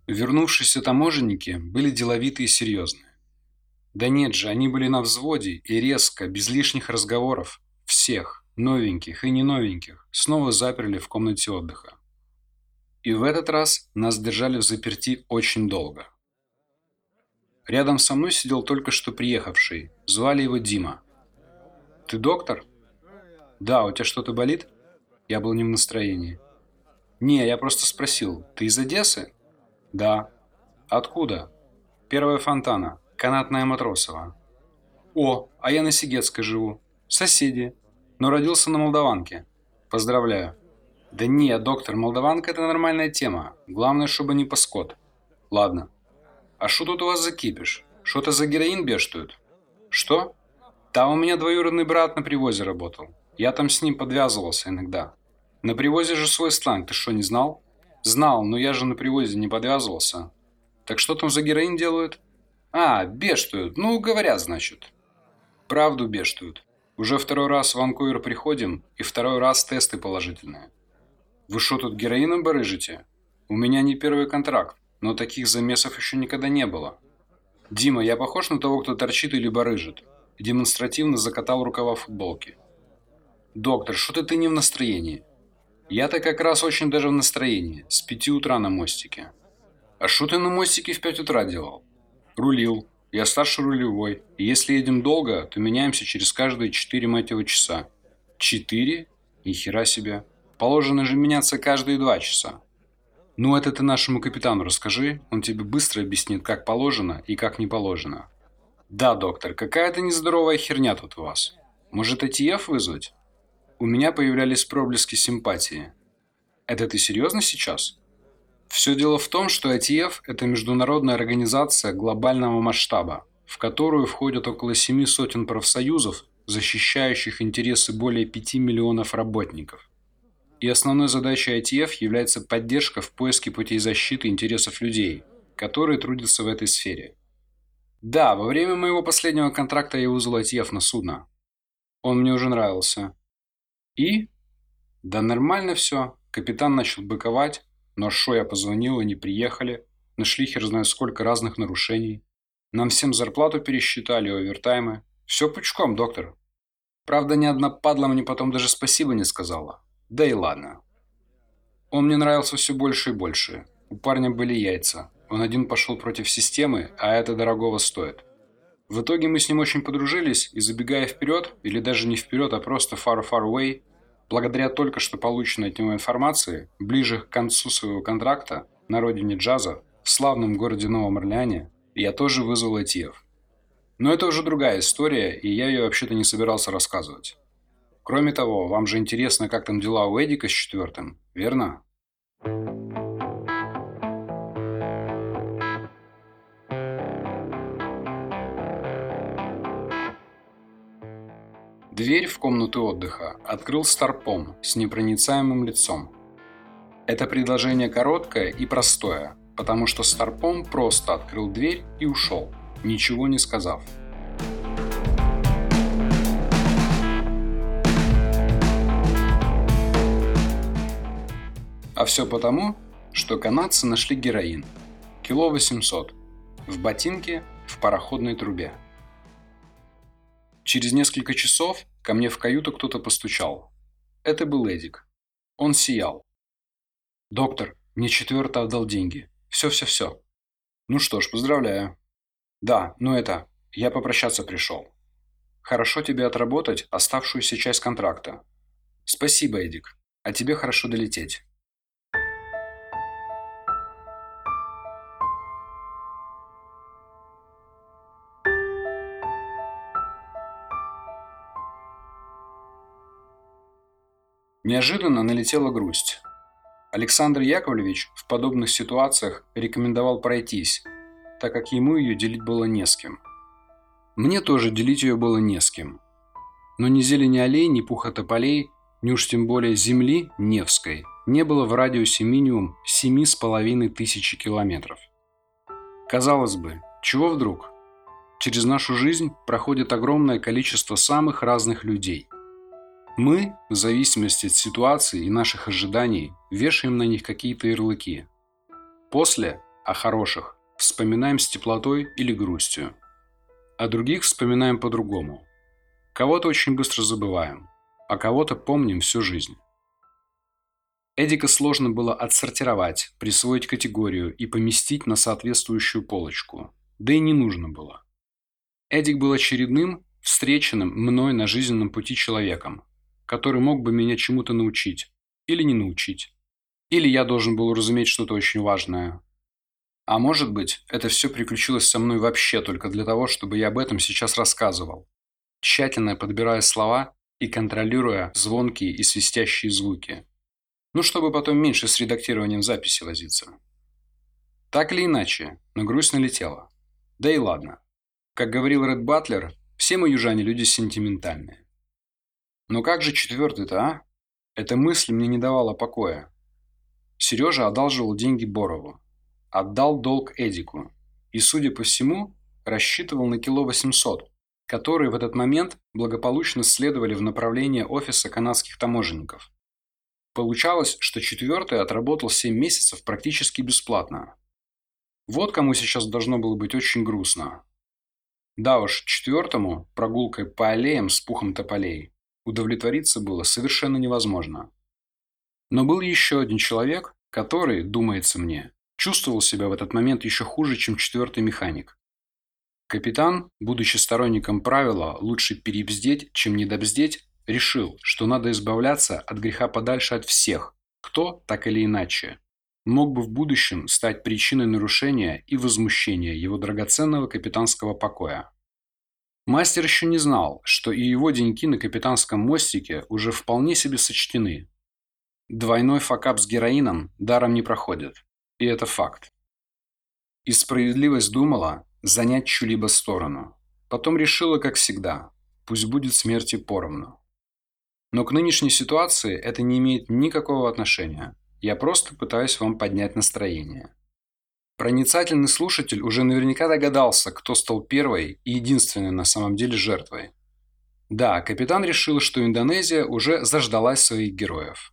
Вернувшиеся таможенники были деловиты и серьезны. Да нет же, они были на взводе и резко, без лишних разговоров, всех, новеньких и не новеньких, снова заперли в комнате отдыха. И в этот раз нас держали взаперти очень долго. Рядом со мной сидел только что приехавший, звали его Дима. «Ты доктор?» «Да, у тебя что-то болит?» Я был не в настроении. «Не, я просто спросил, ты из Одессы?» «Да». «Откуда?» «Первая Фонтана, канатная Матросова». «О, а я на Сигетской живу. Соседи. Но родился на Молдаванке. Поздравляю». «Да не, доктор, Молдаванка – это нормальная тема. Главное, чтобы не паскот». «Ладно. А что тут у вас за кипиш? Что-то за героин бештуют?» «Что?» «Да, у меня двоюродный брат на привозе работал. Я там с ним подвязывался иногда. На привозе же свой сленг, ты что, не знал?» «Знал, но я же на привозе не подвязывался». «Так что там за героин делают?» «А, бештуют. Ну, говорят, значит». «Правду бештуют. Уже второй раз в Ванкувер приходим, и второй раз тесты положительные». «Вы что тут героином барыжите?» «У меня не первый контракт, но таких замесов еще никогда не было». «Дима, я похож на того, кто торчит или барыжит?» Демонстративно закатал рукава футболки. «Доктор, что-то ты не в настроении». «Я-то как раз очень даже в настроении. С 5 утра на мостике». «А что ты на мостике в 5 утра делал?» «Рулил. Я старший рулевой. И если едем долго, то меняемся через каждые 4 мать его часа». «4? Нихера себе. Положено же меняться каждые 2 часа». «Ну, это ты нашему капитану расскажи. Он тебе быстро объяснит, как положено и как не положено». «Да, доктор, какая-то нездоровая херня тут у вас. Может, АТФ вызвать?» У меня появлялись проблески симпатии. «Это ты серьезно сейчас?» Все дело в том, что АТФ – это международная организация глобального масштаба, в которую входят около 7 сотен профсоюзов, защищающих интересы более 5 миллионов работников. И основной задачей АТФ является поддержка в поиске путей защиты интересов людей, которые трудятся в этой сфере. Да, во время моего последнего контракта я вызвал АТФ на судно. Он мне уже нравился. И? Да нормально все. Капитан начал быковать, но шо я позвонил, они приехали. Нашли хер знает сколько разных нарушений. Нам всем зарплату пересчитали, овертаймы. Все пучком, доктор. Правда, ни одна падла мне потом даже спасибо не сказала. Да и ладно. Он мне нравился все больше и больше. У парня были яйца. Он один пошел против системы, а это дорогого стоит. В итоге мы с ним очень подружились, и забегая вперед, или даже не вперед, а просто far away, благодаря только что полученной от него информации, ближе к концу своего контракта на родине джаза, в славном городе Новом Орлеане, я тоже вызвал АТФ. Но это уже другая история, и я ее вообще-то не собирался рассказывать. Кроме того, вам же интересно, как там дела у Эдика с четвертым, верно? Дверь в комнату отдыха открыл Старпом с непроницаемым лицом. Это предложение короткое и простое, потому что Старпом просто открыл дверь и ушел, ничего не сказав. А все потому, что канадцы нашли героин. Кило 800. В ботинке, в пароходной трубе. Через несколько часов ко мне в каюту кто-то постучал. Это был Эдик. Он сиял. «Доктор, мне четвертый отдал деньги. Все. Ну что ж, поздравляю». «Да, я попрощаться пришел. Хорошо тебе отработать оставшуюся часть контракта». «Спасибо, Эдик. А тебе хорошо долететь». Неожиданно налетела грусть. Александр Яковлевич в подобных ситуациях рекомендовал пройтись, так как ему ее делить было не с кем. Мне тоже делить ее было не с кем. Но ни зелени аллей, ни пуха тополей, ни уж тем более земли Невской не было в радиусе минимум 7500 километров. Казалось бы, чего вдруг? Через нашу жизнь проходит огромное количество самых разных людей. Мы, в зависимости от ситуации и наших ожиданий, вешаем на них какие-то ярлыки. После о хороших, вспоминаем с теплотой или грустью. А других вспоминаем по-другому. Кого-то очень быстро забываем, а кого-то помним всю жизнь. Эдика сложно было отсортировать, присвоить категорию и поместить на соответствующую полочку. Да и не нужно было. Эдик был очередным, встреченным мной на жизненном пути человеком, который мог бы меня чему-то научить или не научить. Или я должен был уразуметь что-то очень важное. А может быть, это все приключилось со мной вообще только для того, чтобы я об этом сейчас рассказывал, тщательно подбирая слова и контролируя звонкие и свистящие звуки. Ну, чтобы потом меньше с редактированием записи возиться. Так или иначе, но грусть налетела. Да и ладно. Как говорил Ред Батлер, все мы южане люди сентиментальные. Но как же четвертый-то, а? Эта мысль мне не давала покоя. Сережа одалживал деньги Борову. Отдал долг Эдику. И, судя по всему, рассчитывал на кило 800, которые в этот момент благополучно следовали в направлении офиса канадских таможенников. Получалось, что четвертый отработал 7 месяцев практически бесплатно. Вот кому сейчас должно было быть очень грустно. Да уж, четвертому прогулкой по аллеям с пухом тополей удовлетвориться было совершенно невозможно. Но был еще один человек, который, думается мне, чувствовал себя в этот момент еще хуже, чем четвертый механик. Капитан, будучи сторонником правила «лучше перебздеть, чем недобздеть», решил, что надо избавляться от греха подальше от всех, кто, так или иначе, мог бы в будущем стать причиной нарушения и возмущения его драгоценного капитанского покоя. Мастер еще не знал, что и его деньки на капитанском мостике уже вполне себе сочтены. Двойной факап с героином даром не проходит, и это факт. И справедливость думала занять чью-либо сторону. Потом решила, как всегда, пусть будет смерти поровну. Но к нынешней ситуации это не имеет никакого отношения. Я просто пытаюсь вам поднять настроение. Проницательный слушатель уже наверняка догадался, кто стал первой и единственной на самом деле жертвой. Да, капитан решил, что Индонезия уже заждалась своих героев.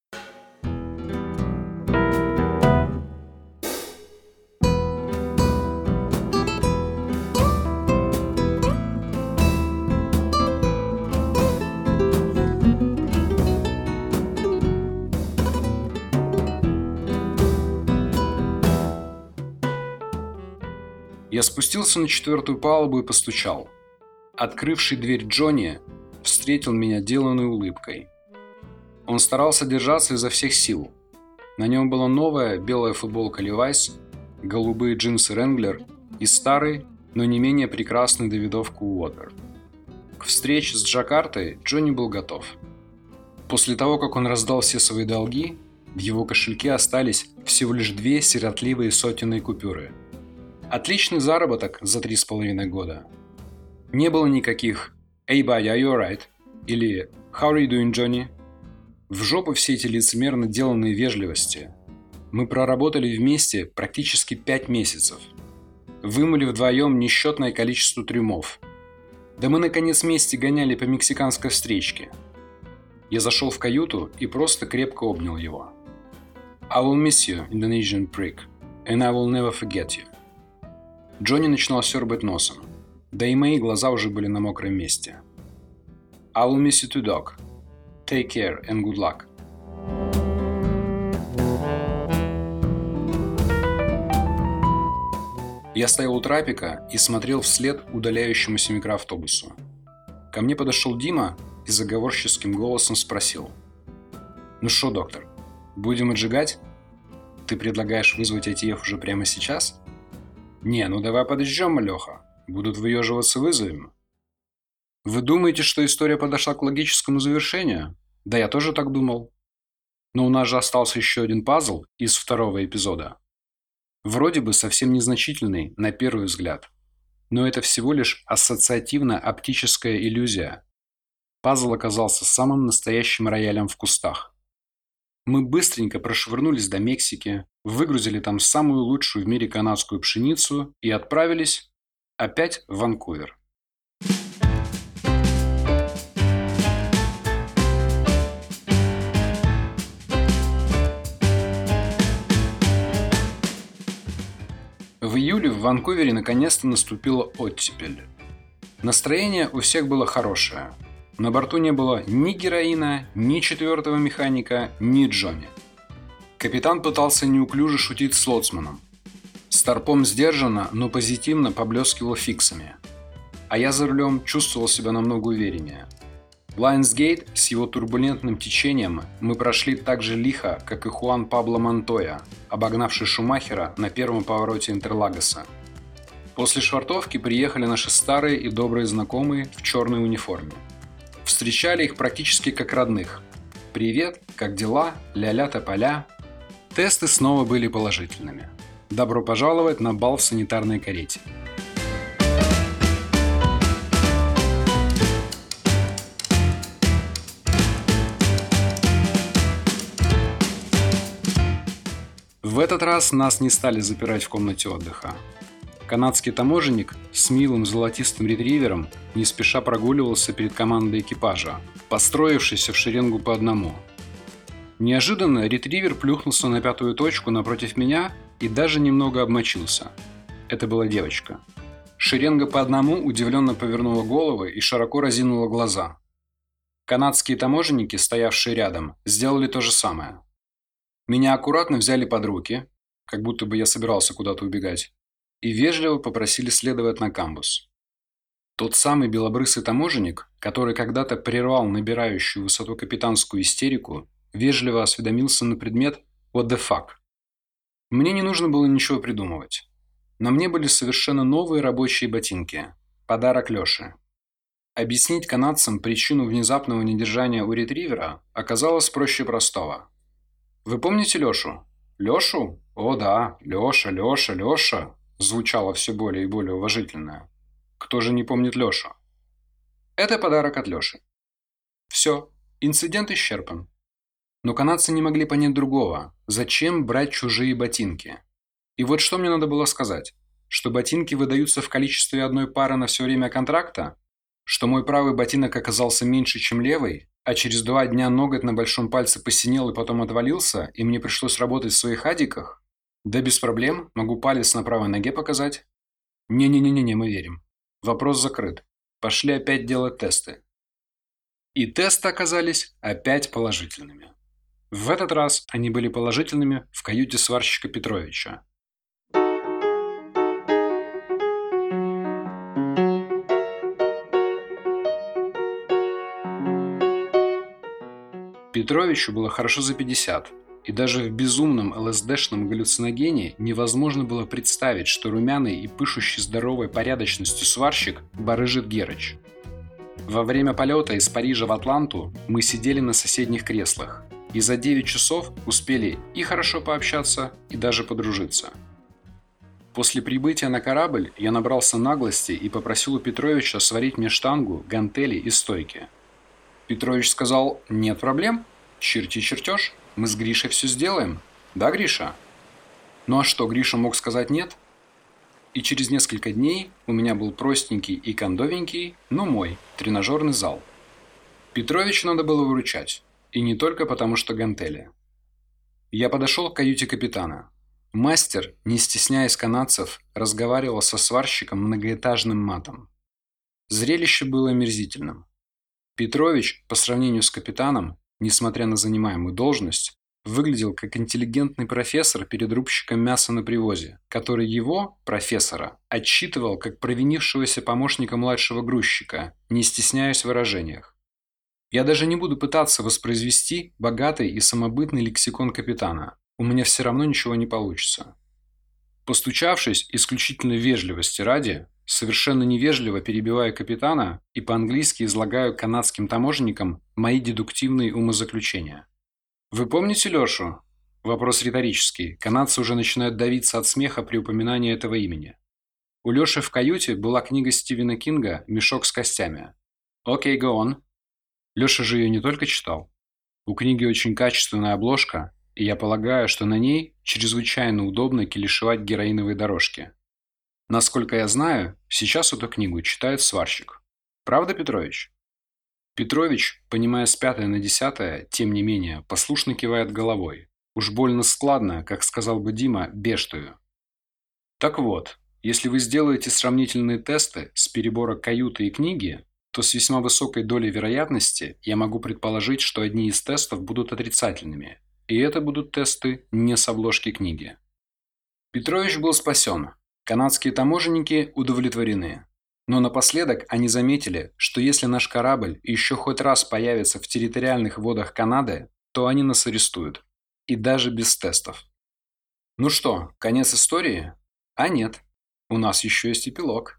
Я спустился на 4-ю палубу и постучал. Открывший дверь Джонни встретил меня деланной улыбкой. Он старался держаться изо всех сил. На нем была новая белая футболка Levi's, голубые джинсы Wrangler и старый, но не менее прекрасный Давидов Coolwater. К встрече с Джакартой Джонни был готов. После того, как он раздал все свои долги, в его кошельке остались всего лишь 2 сиротливые сотенные купюры. Отличный заработок за 3,5 года. Не было никаких «Hey, buddy, are you alright?» или «How are you doing, Johnny?» В жопу все эти лицемерно деланные вежливости. Мы проработали вместе практически 5 месяцев. Вымыли вдвоем несчетное количество трюмов. Да мы наконец вместе гоняли по мексиканской встречке. Я зашел в каюту и просто крепко обнял его. «I will miss you, Indonesian prick, and I will never forget you». Джонни начинал сёрбать носом, да и мои глаза уже были на мокром месте. «I will miss you too, dog. Take care and good luck». Я стоял у трапика и смотрел вслед удаляющемуся микроавтобусу. Ко мне подошел Дима и заговорческим голосом спросил: «Ну шо, доктор, будем отжигать? Ты предлагаешь вызвать ITF уже прямо сейчас?» «Не, ну давай подождем, Леха. Будут выеживаться, вызовем». «Вы думаете, что история подошла к логическому завершению?» «Да я тоже так думал. Но у нас же остался еще один пазл из 2-го эпизода. Вроде бы совсем незначительный на первый взгляд. Но это всего лишь ассоциативно-оптическая иллюзия. Пазл оказался самым настоящим роялем в кустах. Мы быстренько прошвырнулись до Мексики, выгрузили там самую лучшую в мире канадскую пшеницу и отправились опять в Ванкувер. В июле в Ванкувере наконец-то наступила оттепель. Настроение у всех было хорошее. На борту не было ни героина, ни четвертого механика, ни Джонни. Капитан пытался неуклюже шутить с лоцманом. Старпом сдержанно, но позитивно поблескивал фиксами. А я за рулем чувствовал себя намного увереннее. Лайонс-Гейт с его турбулентным течением мы прошли так же лихо, как и Хуан Пабло Монтоя, обогнавший Шумахера на первом повороте Интерлагоса. После швартовки приехали наши старые и добрые знакомые в черной униформе. Встречали их практически как родных. «Привет, как дела? Ля-ля тополя». Тесты снова были положительными. Добро пожаловать на бал в санитарной карете. В этот раз нас не стали запирать в комнате отдыха. Канадский таможенник с милым золотистым ретривером не спеша прогуливался перед командой экипажа, построившейся в шеренгу по одному. Неожиданно ретривер плюхнулся на пятую точку напротив меня и даже немного обмочился. Это была девочка. Шеренга по одному удивленно повернула головы и широко разинула глаза. Канадские таможенники, стоявшие рядом, сделали то же самое. Меня аккуратно взяли под руки, как будто бы я собирался куда-то убегать, и вежливо попросили следовать на камбус. Тот самый белобрысый таможенник, который когда-то прервал набирающую высоту капитанскую истерику, вежливо осведомился на предмет «What the fuck?». Мне не нужно было ничего придумывать. На мне были совершенно новые рабочие ботинки. Подарок Лёше. Объяснить канадцам причину внезапного недержания у ретривера оказалось проще простого. Вы помните Лёшу? Лёшу? О да, Лёша, Лёша, Лёша, звучало все более и более уважительно. Кто же не помнит Лёшу? Это подарок от Лёши. Все, инцидент исчерпан. Но канадцы не могли понять другого. Зачем брать чужие ботинки? И вот что мне надо было сказать. Что ботинки выдаются в количестве одной пары на все время контракта? Что мой правый ботинок оказался меньше, чем левый? А через 2 дня ноготь на большом пальце посинел и потом отвалился, и мне пришлось работать в своих адиках? Да без проблем, могу палец на правой ноге показать. Не-не-не-не, мы верим. Вопрос закрыт. Пошли опять делать тесты. И тесты оказались опять положительными. В этот раз они были положительными в каюте сварщика Петровича. Петровичу было хорошо за 50, и даже в безумном ЛСДшном галлюциногене невозможно было представить, что румяный и пышущий здоровой порядочностью сварщик барыжит Герыч. Во время полета из Парижа в Атланту мы сидели на соседних креслах, и за 9 часов успели и хорошо пообщаться, и даже подружиться. После прибытия на корабль я набрался наглости и попросил у Петровича сварить мне штангу, гантели и стойки. Петрович сказал: «Нет проблем, черти чертеж, мы с Гришей все сделаем. Да, Гриша?» Ну а что, Гриша мог сказать нет? И через несколько дней у меня был простенький и кондовенький, но мой, тренажерный зал. Петровичу надо было выручать, и не только потому, что гантели. Я подошел к каюте капитана. Мастер, не стесняясь канадцев, разговаривал со сварщиком многоэтажным матом. Зрелище было омерзительным. Петрович, по сравнению с капитаном, несмотря на занимаемую должность, выглядел как интеллигентный профессор перед рубщиком мяса на привозе, который его, профессора, отчитывал как провинившегося помощника младшего грузчика, не стесняясь в выражениях. Я даже не буду пытаться воспроизвести богатый и самобытный лексикон капитана. У меня все равно ничего не получится. Постучавшись исключительно вежливости ради, совершенно невежливо перебиваю капитана и по-английски излагаю канадским таможенникам мои дедуктивные умозаключения. «Вы помните Лёшу?» Вопрос риторический. Канадцы уже начинают давиться от смеха при упоминании этого имени. У Лёши в каюте была книга Стивена Кинга «Мешок с костями». Окей, go on. Лёша же ее не только читал. У книги очень качественная обложка, и я полагаю, что на ней чрезвычайно удобно килишевать героиновые дорожки. Насколько я знаю, сейчас эту книгу читает сварщик. Правда, Петрович? Петрович, понимая с 5 на 10, тем не менее, послушно кивает головой. Уж больно складно, как сказал бы Дима, бештую. Так вот, если вы сделаете сравнительные тесты с перебора каюты и книги, то с весьма высокой долей вероятности я могу предположить, что одни из тестов будут отрицательными, и это будут тесты не с обложки книги. Петрович был спасен. Канадские таможенники удовлетворены. Но напоследок они заметили, что если наш корабль еще хоть раз появится в территориальных водах Канады, то они нас арестуют. И даже без тестов. Ну что, конец истории? А нет, у нас еще есть эпилог.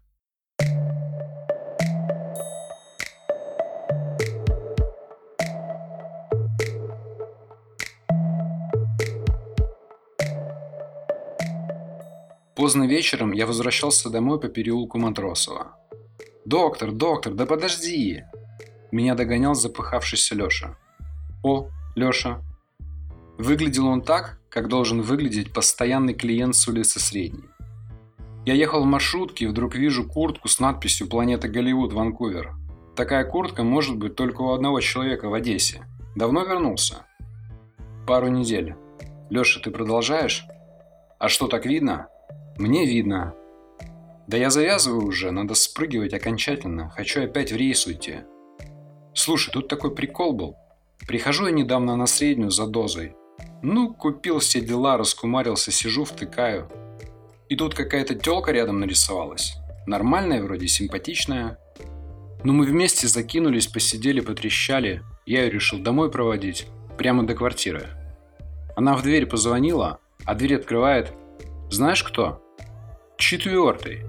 Поздно вечером я возвращался домой по переулку Матросова. «Доктор, доктор, да подожди!» Меня догонял запыхавшийся Леша. «О, Леша!» Выглядел он так, как должен выглядеть постоянный клиент с улицы Средней. Я ехал в маршрутке и вдруг вижу куртку с надписью «Планета Голливуд, Ванкувер». Такая куртка может быть только у одного человека в Одессе. Давно вернулся? Пару недель. Леша, ты продолжаешь? А что, так видно? Мне видно. Да я завязываю уже, надо спрыгивать окончательно. Хочу опять в рейс уйти. Слушай, тут такой прикол был. Прихожу я недавно на Среднюю за дозой. Ну, купил все дела, раскумарился, сижу, втыкаю. И тут какая-то тёлка рядом нарисовалась. Нормальная вроде, симпатичная. Ну, мы вместе закинулись, посидели, потрещали. Я ее решил домой проводить. Прямо до квартиры. Она в дверь позвонила, а дверь открывает. Знаешь кто? 4-й.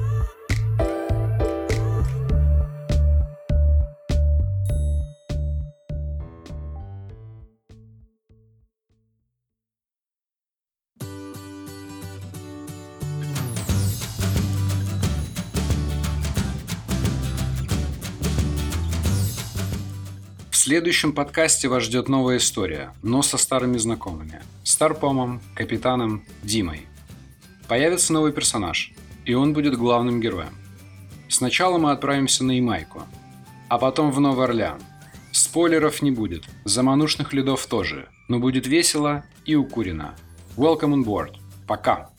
В следующем подкасте вас ждет новая история, но со старыми знакомыми. Старпомом, капитаном Димой. Появится новый персонаж, и он будет главным героем. Сначала мы отправимся на Ямайку, а потом в Новый Орлеан. Спойлеров не будет, заманушных лидов тоже, но будет весело и укурено. Welcome on board. Пока!